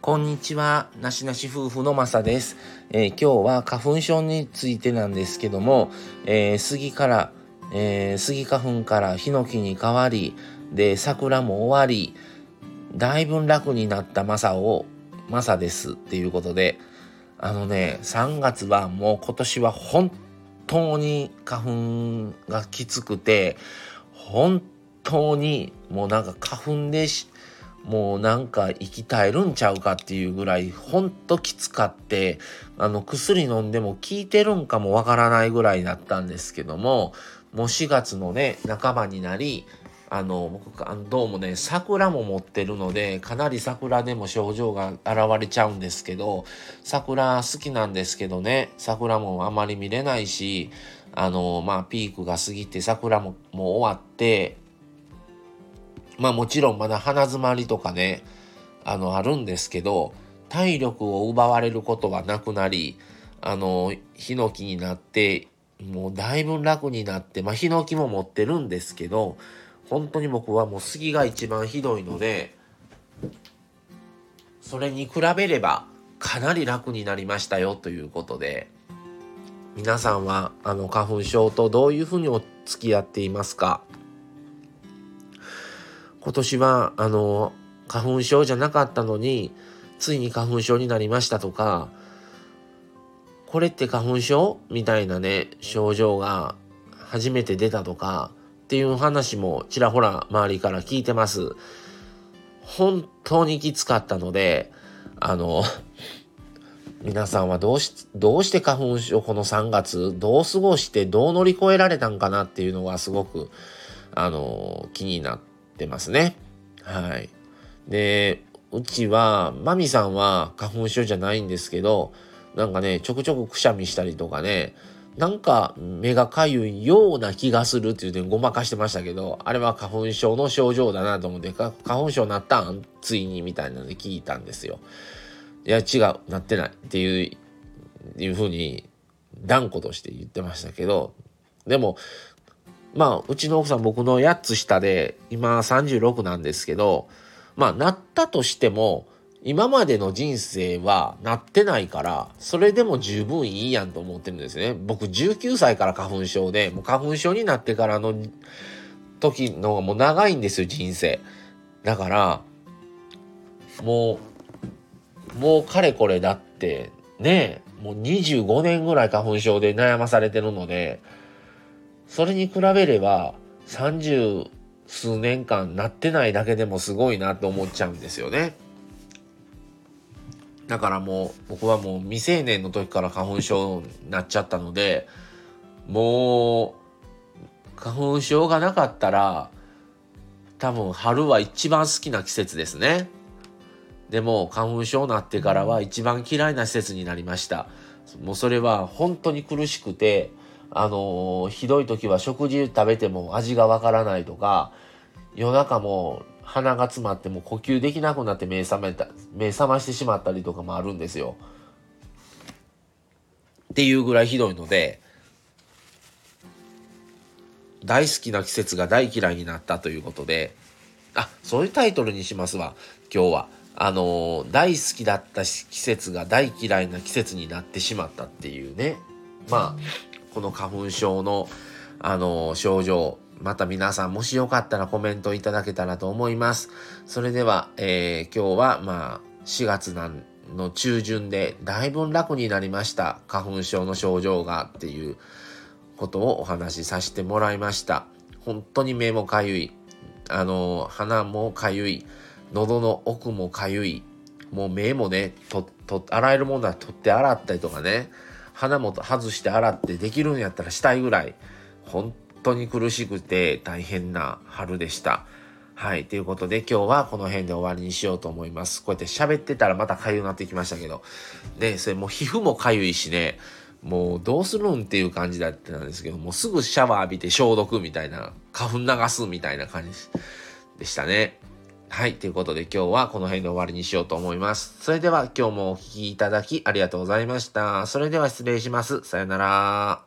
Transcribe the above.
こんにちは、なしなし夫婦のまさです。今日は花粉症についてなんですけども、スギ花粉からヒノキに変わり、で桜も終わり、だいぶ楽になったまさですっていうことで、3月はもう今年は本当に花粉がきつくて、本当にもうなんか花粉でもうなんか息絶えるんちゃうかっていうぐらいほんときつかって、薬飲んでも効いてるんかもわからないぐらいだったんですけども、もう4月のね半ばになり、僕どうもね桜も持ってるので、かなり桜でも症状が現れちゃうんですけど、桜好きなんですけどね、桜もあまり見れないし、ピークが過ぎて桜ももう終わって、もちろんまだ鼻詰まりとかねあるんですけど、体力を奪われることはなくなり、ヒノキになってもうだいぶ楽になって、ヒノキも持ってるんですけど、本当に僕はもう杉が一番ひどいので、それに比べればかなり楽になりましたよということで、皆さんは花粉症とどういうふうにお付き合っていますか？今年は花粉症じゃなかったのについに花粉症になりましたとか、これって花粉症みたいなね症状が初めて出たとかっていう話もちらほら周りから聞いてます。本当にきつかったので、皆さんはどうして花粉症この3月どう過ごしてどう乗り越えられたんかなっていうのがすごく気になってますね。はい。で、うちはマミさんは花粉症じゃないんですけど、なんかねちょくちょくくしゃみしたりとかね、なんか目がかゆいような気がするって言ってごまかしてましたけど、あれは花粉症の症状だなと思って、花粉症なったんついにみたいなので聞いたんですよ。いや違う、なってないっていうふうに断固として言ってましたけど、でもうちの奥さん僕の8つ下で今36なんですけど、なったとしても今までの人生はなってないから、それでも十分いいやんと思ってるんですね。僕19歳から花粉症で、もう花粉症になってからの時のがもう長いんですよ人生。だからもうかれこれだってね、もう25年ぐらい花粉症で悩まされてるので、それに比べれば30数年間なってないだけでもすごいなと思っちゃうんですよね。だからもう僕はもう未成年の時から花粉症になっちゃったので、もう花粉症がなかったら多分春は一番好きな季節ですね。でも花粉症になってからは一番嫌いな季節になりました。もうそれは本当に苦しくて、ひどい時は食事食べても味がわからないとか、夜中も鼻が詰まっても呼吸できなくなって目覚ましてしまったりとかもあるんですよ。っていうぐらいひどいので、大好きな季節が大嫌いになったということで、そういうタイトルにしますわ今日は。大好きだった季節が大嫌いな季節になってしまったっていうね。この花粉症の症状、また皆さんもしよかったらコメントいただけたらと思います。それでは、今日は4月の中旬でだいぶ楽になりました。花粉症の症状がっていうことをお話しさせてもらいました。本当に目もかゆい、鼻もかゆい、喉の奥もかゆい、もう目もね洗えるものは取って洗ったりとかね、鼻も外して洗ってできるんやったらしたいぐらい本当に苦しくて大変な春でした。はい、ということで今日はこの辺で終わりにしようと思います。こうやって喋ってたらまたかゆくなってきましたけどね、それもう皮膚もかゆいしね、もうどうするんっていう感じだったんですけども、すぐシャワー浴びて消毒みたいな、花粉流すみたいな感じでしたね。はい、ということで今日はこの辺で終わりにしようと思います。それでは今日もお聞きいただきありがとうございました。それでは失礼します。さよなら。